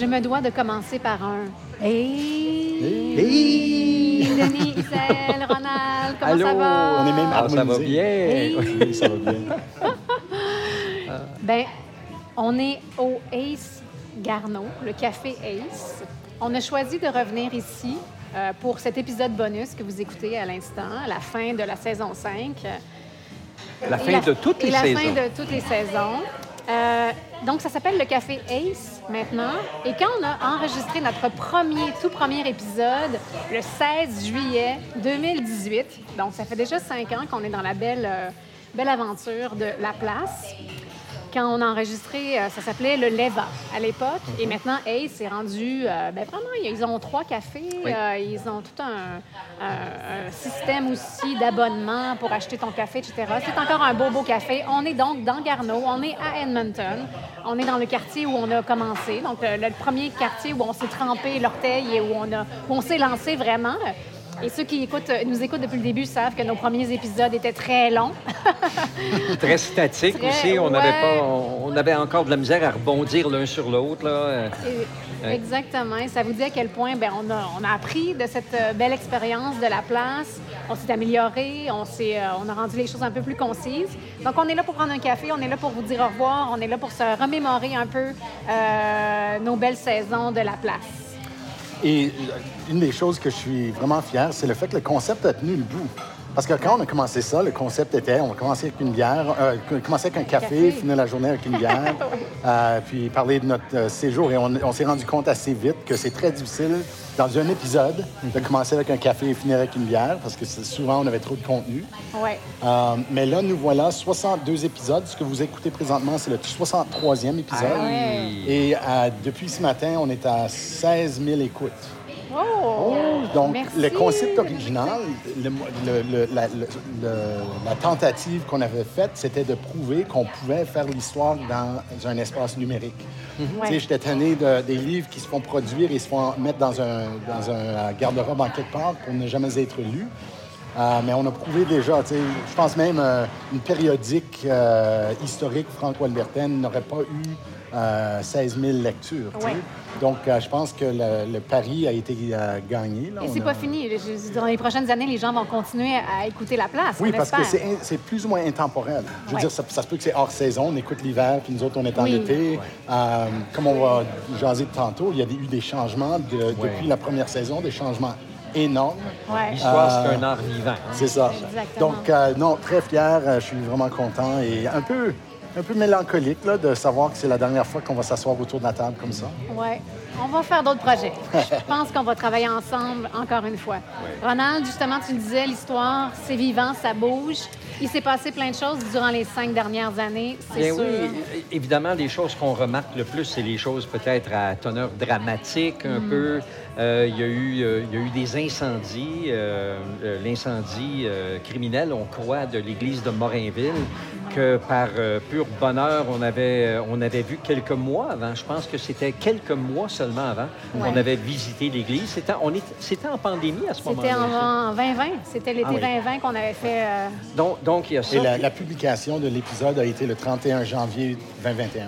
je me dois de commencer par un « Hey! Hey! Denis, Isel, Ronald, comment Allô? ça va? On est même Ah, ça va harmonisés. bien. Hey! Oui, ça va bien. Ben, on est au Ace Garneau, le café Ace. On a choisi de revenir ici pour cet épisode bonus que vous écoutez à l'instant, à la fin de la saison 5. La fin de toutes les la saisons. fin de toutes les saisons. Donc, ça s'appelle le Café Ace maintenant. Et quand on a enregistré notre tout premier épisode, le 16 juillet 2018, donc ça fait déjà 5 ans qu'on est dans la belle aventure de La Place. Quand on a enregistré, ça s'appelait le Leva à l'époque. Et maintenant, Ace est rendu... vraiment, ils ont 3 cafés. Oui. Ils ont tout un système aussi d'abonnement pour acheter ton café, etc. C'est encore un beau café. On est donc dans Garneau. On est à Edmonton. On est dans le quartier où on a commencé. Donc, le premier quartier où on s'est trempé l'orteil et où on s'est lancé vraiment. Et ceux qui nous écoutent depuis le début savent que nos premiers épisodes étaient très longs. Très statique aussi. On avait encore de la misère à rebondir l'un sur l'autre. Là. Exactement. Ça vous dit à quel point on a appris de cette belle expérience de La Place. On s'est amélioré. On a rendu les choses un peu plus concises. Donc, on est là pour prendre un café. On est là pour vous dire au revoir. On est là pour se remémorer un peu nos belles saisons de La Place. Et une des choses que je suis vraiment fier, c'est le fait que le concept a tenu le bout. Parce que quand on a commencé ça, le concept était, on commençait avec une bière, commençait avec un café, finir la journée avec une bière, puis parler de notre séjour. Et on s'est rendu compte assez vite que c'est très difficile, dans un épisode, de commencer avec un café et finir avec une bière, parce que souvent, on avait trop de contenu. Ouais. Mais là, nous voilà, 62 épisodes. Ce que vous écoutez présentement, c'est le 63e épisode. Ah ouais. Et depuis ce matin, on est à 16 000 écoutes. Oh! Donc, Merci. le concept original, la tentative qu'on avait faite, c'était de prouver qu'on pouvait faire l'histoire dans un espace numérique. Ouais. Tu sais, j'étais tanné des livres qui se font produire et se font mettre dans un garde-robe en quelque part pour ne jamais être lus. Mais on a prouvé déjà, tu sais, je pense même une périodique historique franco-albertaine n'aurait pas eu 16 000 lectures. tu sais. Ouais. Donc, je pense que le pari a été gagné. Là. Et c'est pas fini. Dans les prochaines années, les gens vont continuer à écouter La Place. Oui, on parce espère. que c'est plus ou moins intemporel. Je veux Ouais. dire, ça se peut que c'est hors saison, on écoute l'hiver, puis nous autres, on est en Oui. été. Comme on va jaser de tantôt, il y a eu des changements depuis la première saison, des changements énormes. Ouais. L'histoire, c'est un art vivant. C'est ça. Exactement. Donc, non, très fier, je suis vraiment content et un peu mélancolique là, de savoir que c'est la dernière fois qu'on va s'asseoir autour de la table comme ça. Oui. On va faire d'autres projets. Je pense qu'on va travailler ensemble encore une fois. Ronald, justement, tu le disais, l'histoire, c'est vivant, ça bouge. Il s'est passé plein de choses durant les 5 dernières années, c'est Bien sûr. oui, évidemment, les choses qu'on remarque le plus, c'est les choses peut-être à teneur dramatique un peu. Il y a eu des incendies. L'incendie criminel, on croit, de l'église de Morinville, que par pur bonheur, on avait vu quelques mois avant. Je pense que c'était quelques mois seulement avant. Ouais. On avait visité l'église. C'était en pandémie à ce moment-là. C'était en 2020. C'était l'été Ah oui. 2020 qu'on avait fait... Donc, il y a ça. Et la publication de l'épisode a été le 31 janvier 2021.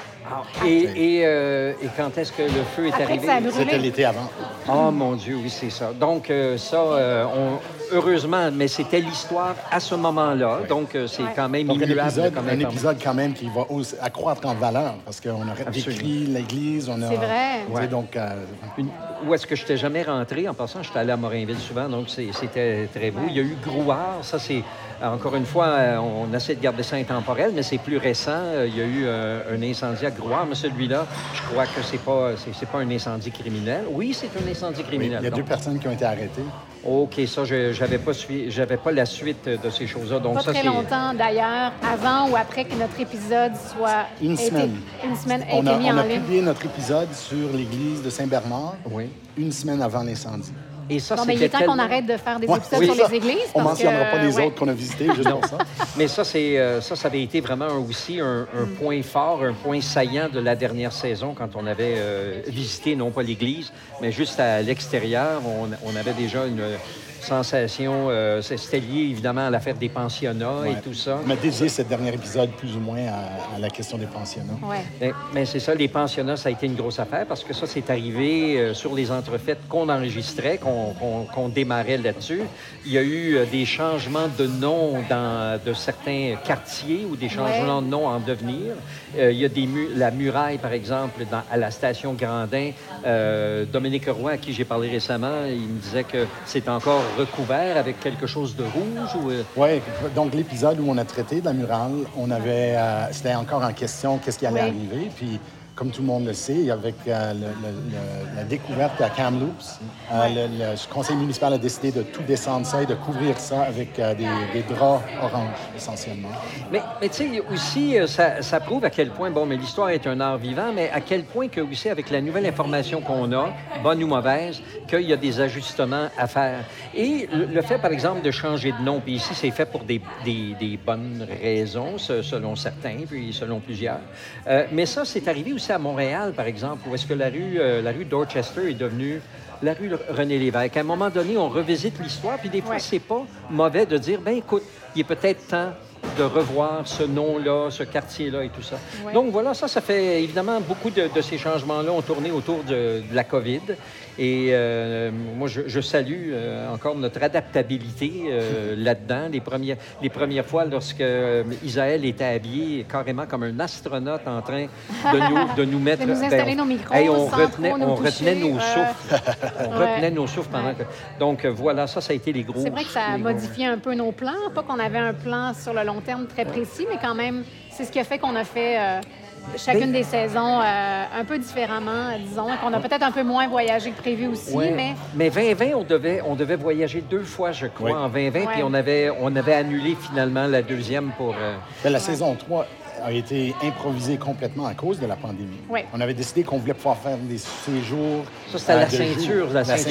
Et quand est-ce que le feu est Après que arrivé? ça a brûlé. C'était l'été avant. Oh mon Dieu, oui, c'est ça. Donc, heureusement, mais c'était l'histoire à ce moment-là. Donc, c'est quand même Donc, immuable. un épisode quand même qui va accroître en valeur parce qu'on a décrit l'église. C'est vrai. Tu sais, donc, Où est-ce que je n'étais jamais rentré? En passant, j'étais allé à Morinville souvent, donc c'était très beau. Il y a eu Grouard, ça c'est... Encore une fois, on essaie de garder ça intemporel, mais c'est plus récent. Il y a eu un incendie à Grouard, mais celui-là, je crois que c'est pas un incendie criminel. Oui, c'est un incendie oui, criminel. il y a 2 donc. personnes qui ont été arrêtées. OK, ça, j'avais pas la suite de ces choses-là. Donc, Pas ça, très c'est... longtemps, d'ailleurs, avant ou après que notre épisode soit... Une semaine. Une semaine a On été mis a en ligne. publié notre épisode sur l'église de Saint-Bernard Oui. une semaine avant l'incendie. Et ça, Bon, ben, il est temps qu'on arrête de faire des Ouais, épisodes oui, sur ça. les églises. On ne parce mentionnera que, pas les ouais. autres qu'on a visités, juste pour ça. Mais ça, ça avait été vraiment aussi un point fort, un point saillant de la dernière saison quand on avait visité, non pas l'église, mais juste à l'extérieur. On avait déjà sensation. C'était lié, évidemment, à l'affaire des pensionnats et tout ça. On a dédié ce dernier épisode, plus ou moins, à la question des pensionnats. Ouais. Mais c'est ça, les pensionnats, ça a été une grosse affaire parce que ça, c'est arrivé sur les entrefaites qu'on enregistrait, qu'on démarrait là-dessus. Il y a eu des changements de nom de certains quartiers ou des changements de nom en devenir. Il y a la muraille, par exemple, à la station Grandin. Dominique Roy, à qui j'ai parlé récemment, il me disait que c'est encore recouvert avec quelque chose de rouge. Oui, donc l'épisode où on a traité de la murale, c'était encore en question qu'est-ce qui allait arriver. Puis, comme tout le monde le sait, avec la découverte à Kamloops, le conseil municipal a décidé de tout descendre ça et de couvrir ça avec des draps orange, essentiellement. Mais tu sais, aussi, ça prouve à quel point, mais l'histoire est un art vivant, mais à quel point que aussi, avec la nouvelle information qu'on a, bonne ou mauvaise, qu'il y a des ajustements à faire. Et le fait, par exemple, de changer de nom, puis ici, c'est fait pour des bonnes raisons, selon certains, puis selon plusieurs. Mais ça, c'est arrivé aussi à Montréal, par exemple, où est-ce que la rue Dorchester est devenue la rue René Lévesque. À un moment donné, on revisite l'histoire, puis des fois, c'est pas mauvais de dire, écoute, il est peut-être temps de revoir ce nom-là, ce quartier-là et tout ça. Ouais. Donc voilà, ça fait évidemment beaucoup de ces changements-là ont tourné autour de la COVID. Et moi, je salue encore notre adaptabilité là-dedans. Les premières fois, lorsque Isaël était habillé carrément comme un astronaute en train de nous mettre... de nous installer nos micros, on retenait nos souffles. On retenait nos souffles pendant que... Donc voilà, ça a été les gros... C'est vrai que ça a modifié un peu nos plans. Pas qu'on avait un plan sur le long terme très précis, mais quand même, c'est ce qui a fait qu'on a fait... chacune des saisons un peu différemment, disons, qu'on a peut-être un peu moins voyagé que prévu aussi, mais 2020, on devait voyager 2 fois, je crois, en 2020, puis on avait annulé finalement la deuxième pour... La saison 3 a été improvisée complètement à cause de la pandémie. On avait décidé qu'on voulait pouvoir faire des séjours... Ça, c'était la ceinture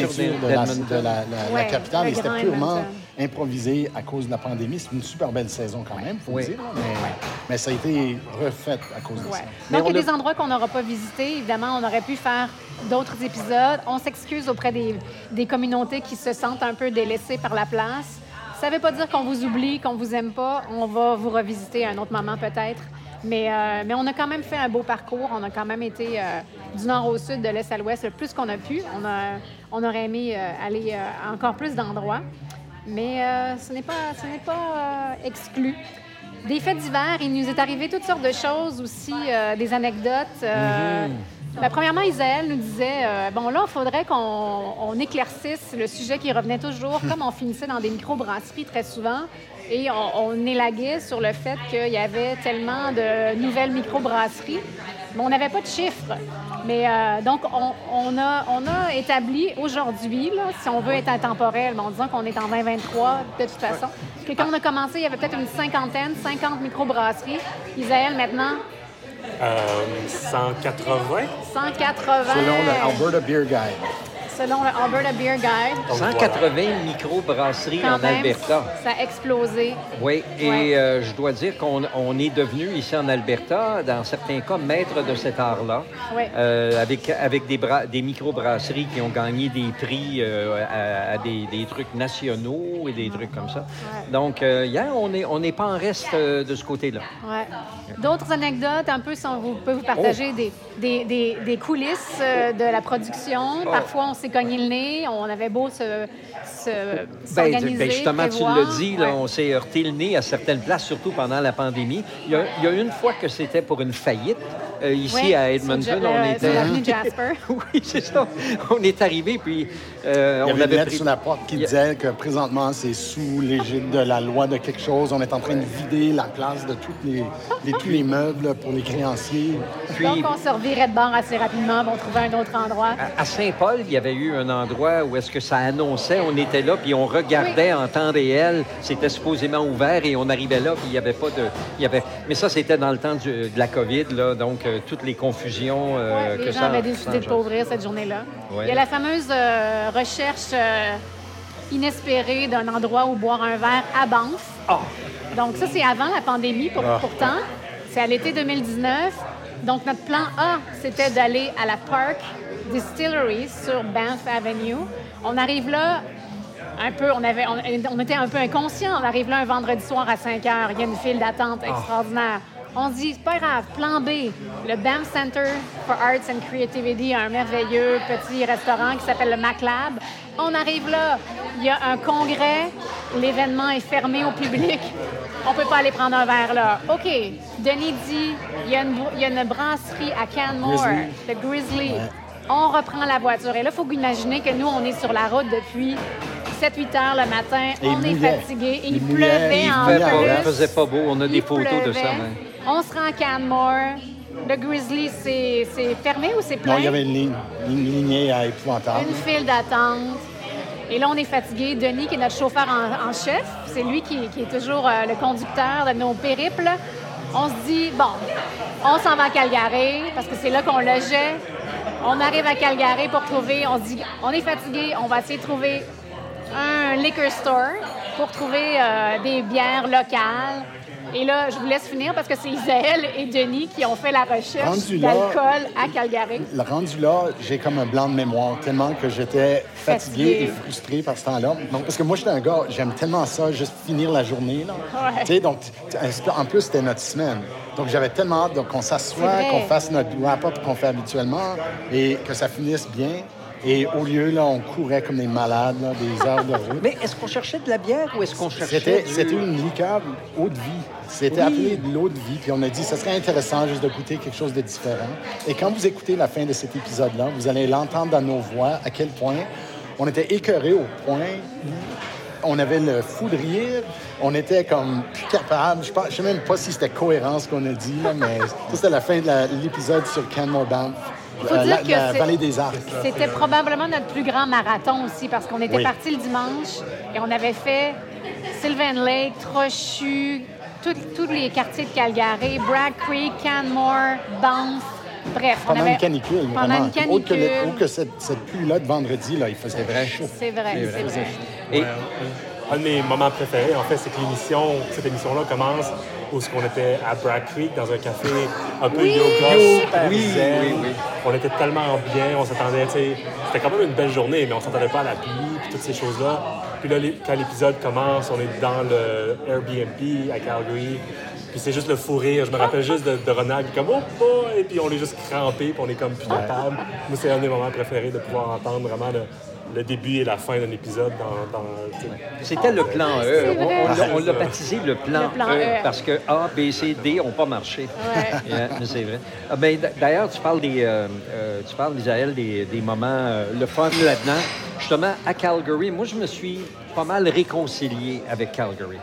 de la capitale, et c'était purement improvisé à cause de la pandémie. C'est une super belle saison quand même, il faut dire, mais ça a été refait à cause de ça. Donc, il y a des endroits qu'on n'aura pas visités. Évidemment, on aurait pu faire d'autres épisodes. On s'excuse auprès des communautés qui se sentent un peu délaissées par la place. Ça ne veut pas dire qu'on vous oublie, qu'on vous aime pas. On va vous revisiter à un autre moment peut-être. Mais on a quand même fait un beau parcours. On a quand même été du nord au sud, de l'est à l'ouest, le plus qu'on a pu. On aurait aimé aller à encore plus d'endroits. Mais ce n'est pas exclu. Des faits divers, il nous est arrivé toutes sortes de choses aussi, des anecdotes. Premièrement, Isaël nous disait, là, il faudrait qu'on éclaircisse le sujet qui revenait toujours, comme on finissait dans des microbrasseries très souvent, et on élaguait sur le fait qu'il y avait tellement de nouvelles microbrasseries, mais on n'avait pas de chiffres. Mais donc, on a établi aujourd'hui, là, si on veut être intemporel, en disant qu'on est en 2023 de toute façon, que quand on a commencé, il y avait peut-être une 50 microbrasseries. Isaël, maintenant... 180. 180. Selon le Alberta Beer Guide. Selon le Alberta Beer Guide. 180 microbrasseries en Alberta. Ça a explosé. Oui, et je dois dire qu'on est devenu ici en Alberta, dans certains cas, maître de cet art-là, avec des microbrasseries qui ont gagné des prix à des trucs nationaux et des trucs comme ça. Ouais. Donc, on n'est pas en reste de ce côté-là. Ouais. D'autres anecdotes, un peu, si on peut vous partager des coulisses de la production. Parfois, on s'est cogné le nez, on avait beau s'organiser, justement, prévoir. Tu l'as dit, là, on s'est heurté le nez à certaines places, surtout pendant la pandémie. Il y a une fois que c'était pour une faillite. Ici, à Edmonton, on était... Sur l'avenue Jasper. Oui, c'est ça. On est arrivé, puis... il y avait une lettre sur la porte qui disait que présentement, c'est sous l'égide de la loi de quelque chose. On est en train de vider la place de tous les meubles pour les créanciers. Puis, donc, on se revirait de bord assez rapidement, on trouvait un autre endroit. À Saint-Paul, il y avait eu un endroit où est-ce que ça annonçait, on était là, puis on regardait en temps réel. C'était supposément ouvert et on arrivait là, puis il n'y avait pas de... Mais ça, c'était dans le temps de la COVID, là, donc toutes les confusions que ça... Les gens avaient décidé de ne pas ouvrir cette journée-là. Ouais. Il y a la fameuse recherche inespérée d'un endroit où boire un verre à Banff. Oh. Donc ça, c'est avant la pandémie, pourtant. C'est à l'été 2019. Donc notre plan A, c'était d'aller à la Park Distillery sur Banff Avenue. On arrive là un peu, on était un peu inconscients. On arrive là un vendredi soir à 5 h. Il y a une file d'attente extraordinaire. On se dit, c'est pas grave, plan B. Le Banff Center for Arts and Creativity a un merveilleux petit restaurant qui s'appelle le MacLab. On arrive là, il y a un congrès, l'événement est fermé au public. On peut pas aller prendre un verre là. OK, Denis dit, il y a une brasserie à Canmore, le Grizzly. Ouais. On reprend la voiture. Et là, il faut imaginer que nous, on est sur la route depuis 7-8 heures le matin. Et on est fatigué. Il pleuvait en plus. Il faisait pas beau. On a des photos de ça. Mais... On se rend à Canmore. Le Grizzly, c'est fermé ou c'est plein? Non, il y avait une lignée épouvantable. Une file d'attente. Et là, on est fatigué. Denis, qui est notre chauffeur en chef, c'est lui qui est toujours le conducteur de nos périples. On se dit, bon, on s'en va à Calgary, parce que c'est là qu'on logeait. On arrive à Calgary pour trouver, on se dit, on est fatigué, on va essayer de trouver un liquor store pour trouver des bières locales. Et là, je vous laisse finir parce que c'est Isaël et Denis qui ont fait la recherche d'alcool à Calgary. Rendu là, j'ai comme un blanc de mémoire, tellement que j'étais fatigué et frustré par ce temps-là. Donc, parce que moi, j'étais un gars, j'aime tellement ça, juste finir la journée. Là. Ouais. Tu sais, donc, en plus, c'était notre semaine. Donc, j'avais tellement hâte qu'on s'assoie, qu'on fasse notre wrap-up qu'on fait habituellement et que ça finisse bien. Et au lieu, là, on courait comme des malades, là, des heures de route. Mais est-ce qu'on cherchait de la bière ou est-ce qu'on cherchait C'était une liqueur eau de vie. C'était appelé de l'eau de vie. Puis on a dit, ça serait intéressant juste de goûter quelque chose de différent. Et quand vous écoutez la fin de cet épisode-là, vous allez l'entendre dans nos voix à quel point on était écœurés au point où on avait le fou de rire. On était comme plus capable. Je ne sais même pas si c'était cohérent ce qu'on a dit, là, mais ça, c'était la fin de l'épisode sur Canmore Banff. La vallée des Arcs. C'était probablement notre plus grand marathon aussi, parce qu'on était partis le dimanche et on avait fait Sylvan Lake, Trochu, tous les quartiers de Calgary, Bragg Creek, Canmore, Banff. Bref, pendant une canicule. Pendant une canicule. Autre que cette pluie-là de vendredi, là, il faisait chaud. C'est vrai. Et un de mes moments préférés, en fait, c'est que cette émission-là commence où on était à Bragg Creek, dans un café un peu yoga, super zen. Oui. On était tellement bien, on s'attendait, tu sais, c'était quand même une belle journée, mais on s'attendait pas à la pluie, puis toutes ces choses-là. Puis là, quand l'épisode commence, on est dans le Airbnb à Calgary, puis c'est juste le fou rire. Je me rappelle juste de Ronald, qui est comme « Oh, boy! » Et puis on est juste crampé, puis on est comme plus capable. Moi, c'est un des moments préférés de pouvoir entendre vraiment le début et la fin d'un épisode C'était le plan E. On l'a baptisé le plan E parce que A, B, C, D n'ont pas marché. Ouais. C'est vrai. Ben, d'ailleurs, tu parles, Isaël, des moments, le fun là-dedans. Justement, à Calgary, moi, je me suis pas mal réconcilié avec Calgary.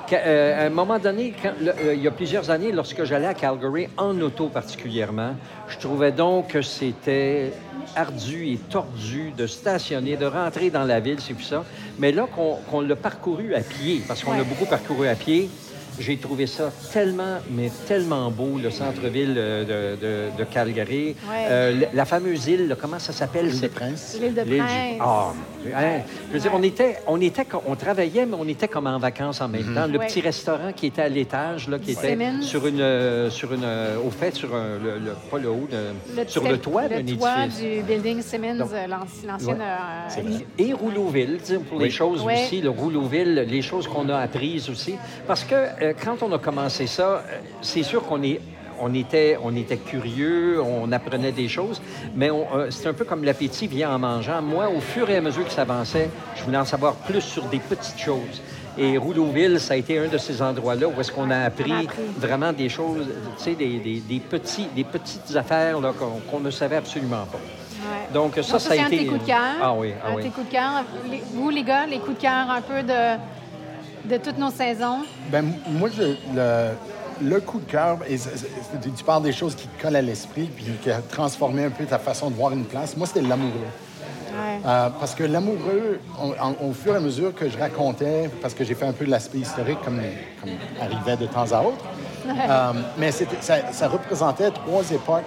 À un moment donné, il y a plusieurs années, lorsque j'allais à Calgary, en auto particulièrement, je trouvais donc que c'était ardu et tordu de stationner, de rentrer dans la ville, c'est plus ça. Mais là qu'on l'a parcouru à pied, parce qu'on l'a beaucoup parcouru à pied, j'ai trouvé ça tellement beau, le centre-ville de Calgary. Ouais. La fameuse île, comment ça s'appelle? L'île de Prince. L'île de Prince. Je veux dire, on travaillait, mais on était comme en vacances en même temps. Le petit restaurant qui était à l'étage, là, qui était pas le haut, sur le toit d'un édifice. Le toit du building Simmons, l'ancienne... Et Rouleauville, pour les choses aussi, le Rouleauville, les choses qu'on a apprises aussi. Parce que quand on a commencé ça, c'est sûr qu'on était curieux, on apprenait des choses, mais c'est un peu comme l'appétit vient en mangeant. Moi, au fur et à mesure que ça avançait, je voulais en savoir plus sur des petites choses. Et Rouleauville, ça a été un de ces endroits-là où est-ce qu'on a appris vraiment des choses, tu sais, des petites affaires là, qu'on ne savait absolument pas. Ouais. Donc, ça a été... un de tes coups de cœur. Ah oui. Un de tes coups de cœur. Vous, les gars, les coups de cœur un peu de toutes nos saisons? Ben moi, le coup de cœur, tu parles des choses qui te collent à l'esprit puis qui a transformé un peu ta façon de voir une place. Moi, c'était l'amoureux. Ouais. Parce que l'amoureux, au fur et à mesure que je racontais, parce que j'ai fait un peu de l'aspect historique comme arrivait de temps à autre, mais ça représentait 3 époques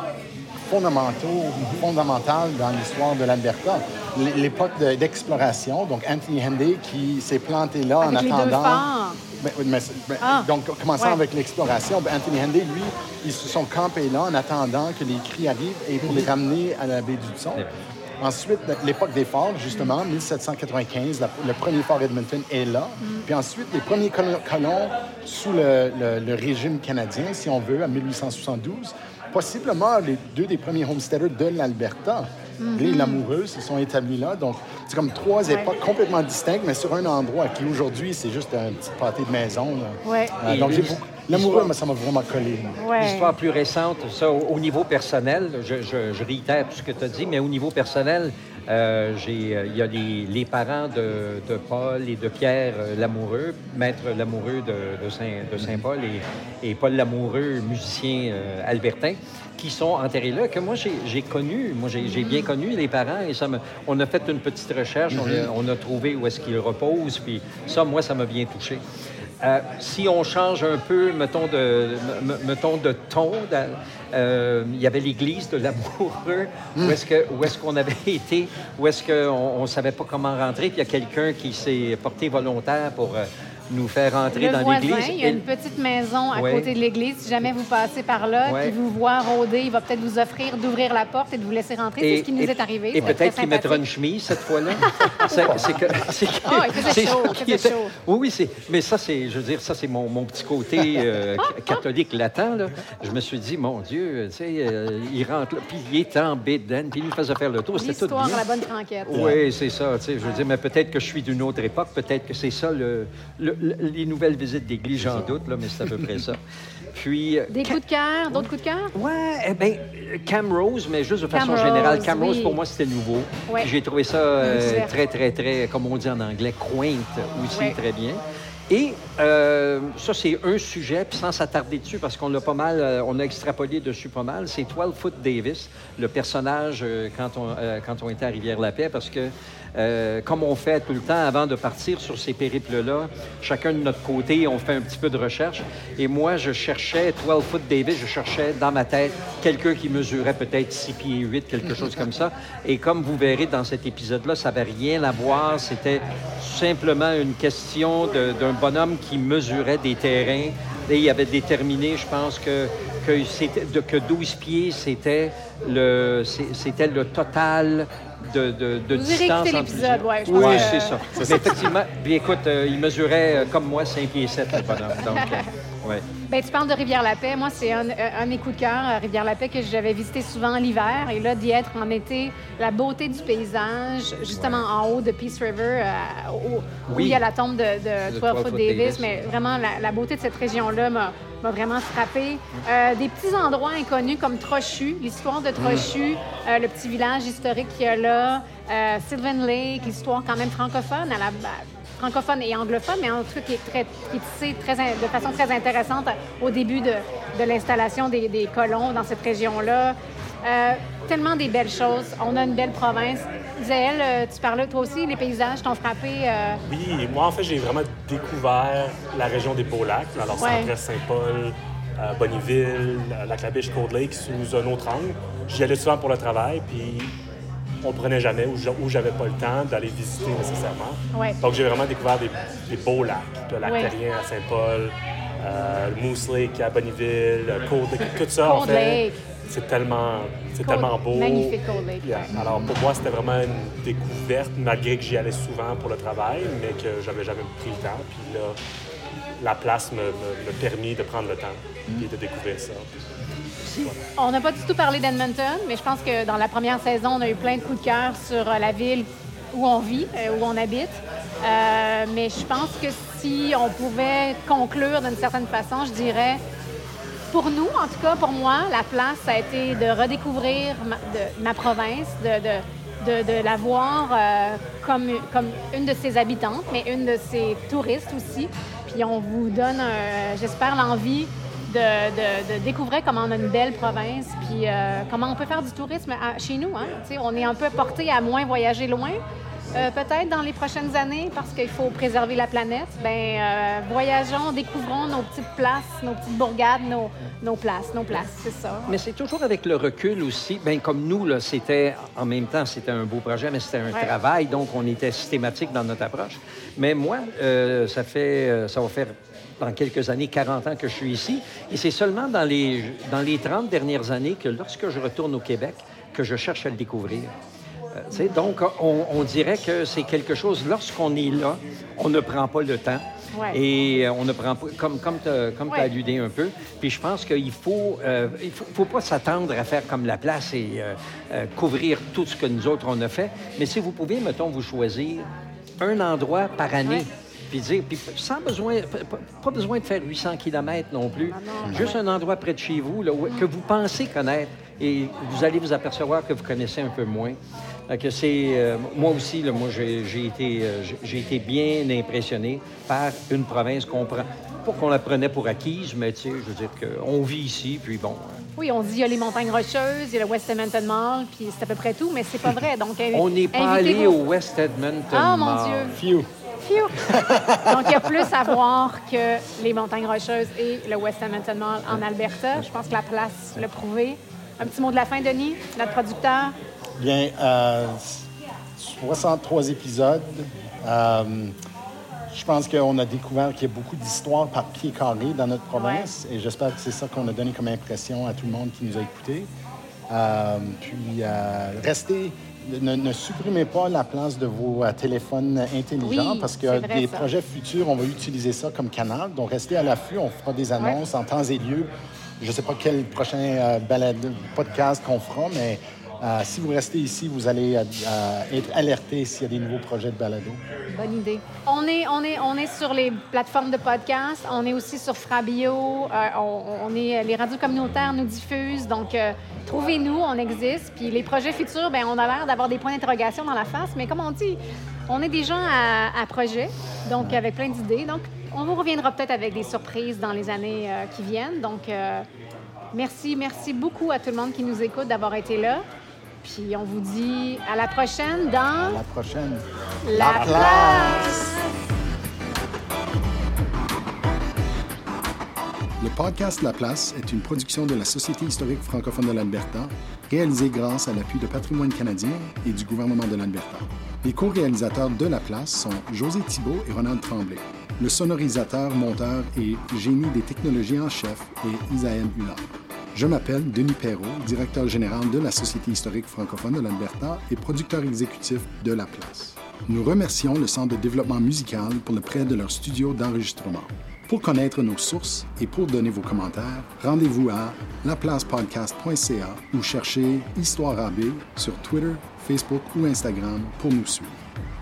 fondamentales dans l'histoire de l'Alberta. L'époque d'exploration, donc Anthony Henday qui s'est planté là avec en attendant. Donc, commençant avec l'exploration, Anthony Henday, lui, ils se sont campés là en attendant que les cris arrivent et pour les ramener à la baie du Hudson. Ensuite, l'époque des forts, justement, 1795, le premier fort Edmonton est là. Puis ensuite, les premiers colons sous le régime canadien, si on veut, en 1872. Possiblement les 2 des premiers homesteaders de l'Alberta. Les Lamoureux se sont établis là. Donc, c'est comme 3 époques complètement distinctes, mais sur un endroit qui, aujourd'hui, c'est juste un petit pâté de maison. Donc, Lamoureux, ça m'a vraiment collé. L'histoire plus récente, ça, au niveau personnel, je réitère tout ce que tu as dit, mais au niveau personnel, il y a les parents de Paul et de Pierre Lamoureux, maître Lamoureux de Saint-Paul et Paul Lamoureux, musicien albertain, qui sont enterrés là, que moi, j'ai connu. Moi, j'ai bien connu les parents et on a fait une petite recherche, on a trouvé où est-ce qu'ils reposent, puis ça, moi, ça m'a bien touché. Si on change un peu, mettons de ton, il y avait l'église de Lamoureux, où est-ce qu'on avait été, où est-ce qu'on ne savait pas comment rentrer, puis il y a quelqu'un qui s'est porté volontaire pour nous faire rentrer dans l'église. Il y a une petite maison à côté de l'église. Si jamais vous passez par là, puis vous voit rôder, il va peut-être vous offrir d'ouvrir la porte et de vous laisser rentrer. C'est ce qui nous est arrivé. Et peut-être qu'il mettra une chemise cette fois-là. Il faisait chaud. Oui, mais ça, je veux dire, ça, c'est mon petit côté catholique latent, là. Je me suis dit, mon Dieu, tu sais, il rentre là, puis il est en bédaine, puis il nous faisait faire le tour. C'était tout bien. L'histoire à la bonne franquette. Oui, c'est ça, tu sais, je veux dire, mais peut-être que je suis d'une autre époque, peut-être que c'est ça, les nouvelles visites d'église, j'en doute, là, mais c'est à peu près ça. Puis, des coups de cœur, d'autres coups de cœur? Oui, Cam Rose, mais juste de façon générale. Cam Rose, pour moi, c'était nouveau. Ouais. J'ai trouvé ça très, très, très, comme on dit en anglais, quaint aussi, très bien. Et ça, c'est un sujet, puis sans s'attarder dessus, parce qu'on l'a pas mal, on a extrapolé dessus pas mal, c'est 12-Foot Davis, le personnage quand on était à Rivière-la-Paix, parce que comme on fait tout le temps avant de partir sur ces périples-là, chacun de notre côté, on fait un petit peu de recherche. Et moi, je cherchais 12-Foot Davis, je cherchais dans ma tête quelqu'un qui mesurait peut-être 6 pieds 8, quelque chose comme ça. Et comme vous verrez dans cet épisode-là, ça n'avait rien à voir. C'était simplement une question d'un bonhomme qui mesurait des terrains. Et il avait déterminé, je pense, que 12 pieds, c'était le total de distance entre l'épisode, je pense. Oui, c'est ça. Mais effectivement, bien, écoute, il mesurait comme moi 5 pieds 7, le bonhomme. Donc, ouais. Bien, tu parles de Rivière-la-Paix. Moi, c'est un de mes coups de cœur, Rivière-la-Paix, que j'avais visité souvent l'hiver. Et là, d'y être en été, la beauté du paysage, justement en haut de Peace River, où il y a la tombe de 12-Foot Davis. Mais vraiment, la beauté de cette région-là m'a vraiment frappé. Des petits endroits inconnus comme Trochu, l'histoire de Trochu, le petit village historique qu'il y a là, Sylvan Lake, l'histoire quand même francophone francophone et anglophone, mais en tout cas qui est tissé de façon très intéressante au début de l'installation des colons dans cette région-là. Tellement des belles choses. On a une belle province. Zéel, tu parlais, toi aussi, les paysages t'ont frappé? Oui, moi, en fait, j'ai vraiment découvert la région des Beaux-Lacs, alors Centre-Est, Saint-Paul, Bonnyville, Lac-la-Biche, Cold Lake, sous un autre angle. J'y allais souvent pour le travail, puis on ne prenait jamais, ou j'avais pas le temps d'aller visiter nécessairement. Ouais. Donc, j'ai vraiment découvert des beaux lacs, le lac Terrien à Saint-Paul, le Moose Lake à Bonnyville, Cold Lake, tout ça, en fait, c'est tellement beau. Magnifique Cold Lake. Yeah. Alors, pour moi, c'était vraiment une découverte, malgré que j'y allais souvent pour le travail, mais que j'avais jamais pris le temps. Puis là, la place me permis de prendre le temps et de découvrir ça. Voilà. On n'a pas du tout parlé d'Edmonton, mais je pense que dans la première saison, on a eu plein de coups de cœur sur la ville où on vit, où on habite. Mais je pense que si on pouvait conclure d'une certaine façon, je dirais, pour nous, en tout cas pour moi, la place, ça a été de redécouvrir ma province, de la voir comme une de ses habitantes, mais une de ses touristes aussi. Puis on vous donne, j'espère, l'envie de découvrir comment on a une belle province, puis comment on peut faire du tourisme chez nous. Hein? On est un peu porté à moins voyager loin. Peut-être dans les prochaines années, parce qu'il faut préserver la planète, voyageons, découvrons nos petites places, nos petites bourgades, nos places, c'est ça. Mais c'est toujours avec le recul aussi. Bien, comme nous, là, en même temps, c'était un beau projet, mais c'était un travail, donc on était systématique dans notre approche. Mais moi, ça va faire dans quelques années, 40 ans que je suis ici, et c'est seulement dans les 30 dernières années que lorsque je retourne au Québec, que je cherche à le découvrir. Donc, on dirait que c'est quelque chose, lorsqu'on est là, on ne prend pas le temps. Ouais. Et on ne prend pas, comme tu as alludé un peu. Puis je pense qu'il faut pas s'attendre à faire comme la place et couvrir tout ce que nous autres, on a fait. Mais si vous pouvez, mettons, vous choisir un endroit par année. Puis sans besoin, pas besoin de faire 800 km non plus. Juste un endroit près de chez vous là, que vous pensez connaître et vous allez vous apercevoir que vous connaissez un peu moins. Que c'est, moi aussi, là, j'ai été bien impressionné par une province qu'on prend. Pas qu'on la prenait pour acquise, mais tu sais, je veux dire qu'on vit ici, puis bon. Oui, on dit il y a les Montagnes Rocheuses, il y a le West Edmonton Mall, puis c'est à peu près tout, mais c'est pas vrai. Donc, on n'est pas allé au West Edmonton Mall. Ah, mon Dieu! Donc, il y a plus à voir que les Montagnes Rocheuses et le West Edmonton Mall en Alberta. Je pense que la place l'a prouvé. Un petit mot de la fin, Denis, notre producteur? Bien, 63 épisodes. Je pense qu'on a découvert qu'il y a beaucoup d'histoires par pied carré dans notre province. Et j'espère que c'est ça qu'on a donné comme impression à tout le monde qui nous a écoutés. Restez... Ne supprimez pas la place de vos téléphones intelligents parce que des projets futurs, on va utiliser ça comme canal. Donc, restez à l'affût. On fera des annonces en temps et lieu. Je ne sais pas quel prochain podcast qu'on fera, mais si vous restez ici, vous allez être alerté s'il y a des nouveaux projets de balado. Bonne idée. On est sur les plateformes de podcast. On est aussi sur Frabio. Les radios communautaires nous diffusent. Donc, trouvez-nous, on existe. Puis les projets futurs, bien, on a l'air d'avoir des points d'interrogation dans la face. Mais comme on dit, on est des gens à projet, donc avec plein d'idées. Donc, on vous reviendra peut-être avec des surprises dans les années qui viennent. Donc, merci beaucoup à tout le monde qui nous écoute d'avoir été là. Puis on vous dit à la prochaine dans... À la prochaine. La place! Le podcast La Place est une production de la Société historique francophone de l'Alberta, réalisée grâce à l'appui de Patrimoine canadien et du gouvernement de l'Alberta. Les co-réalisateurs de La Place sont José Thibault et Ronald Tremblay. Le sonorisateur, monteur et génie des technologies en chef est Isaël Hullard. Je m'appelle Denis Perrault, directeur général de la Société historique francophone de l'Alberta et producteur exécutif de La Place. Nous remercions le Centre de développement musical pour le prêt de leur studio d'enregistrement. Pour connaître nos sources et pour donner vos commentaires, rendez-vous à laplacepodcast.ca ou cherchez Histoire AB sur Twitter, Facebook ou Instagram pour nous suivre.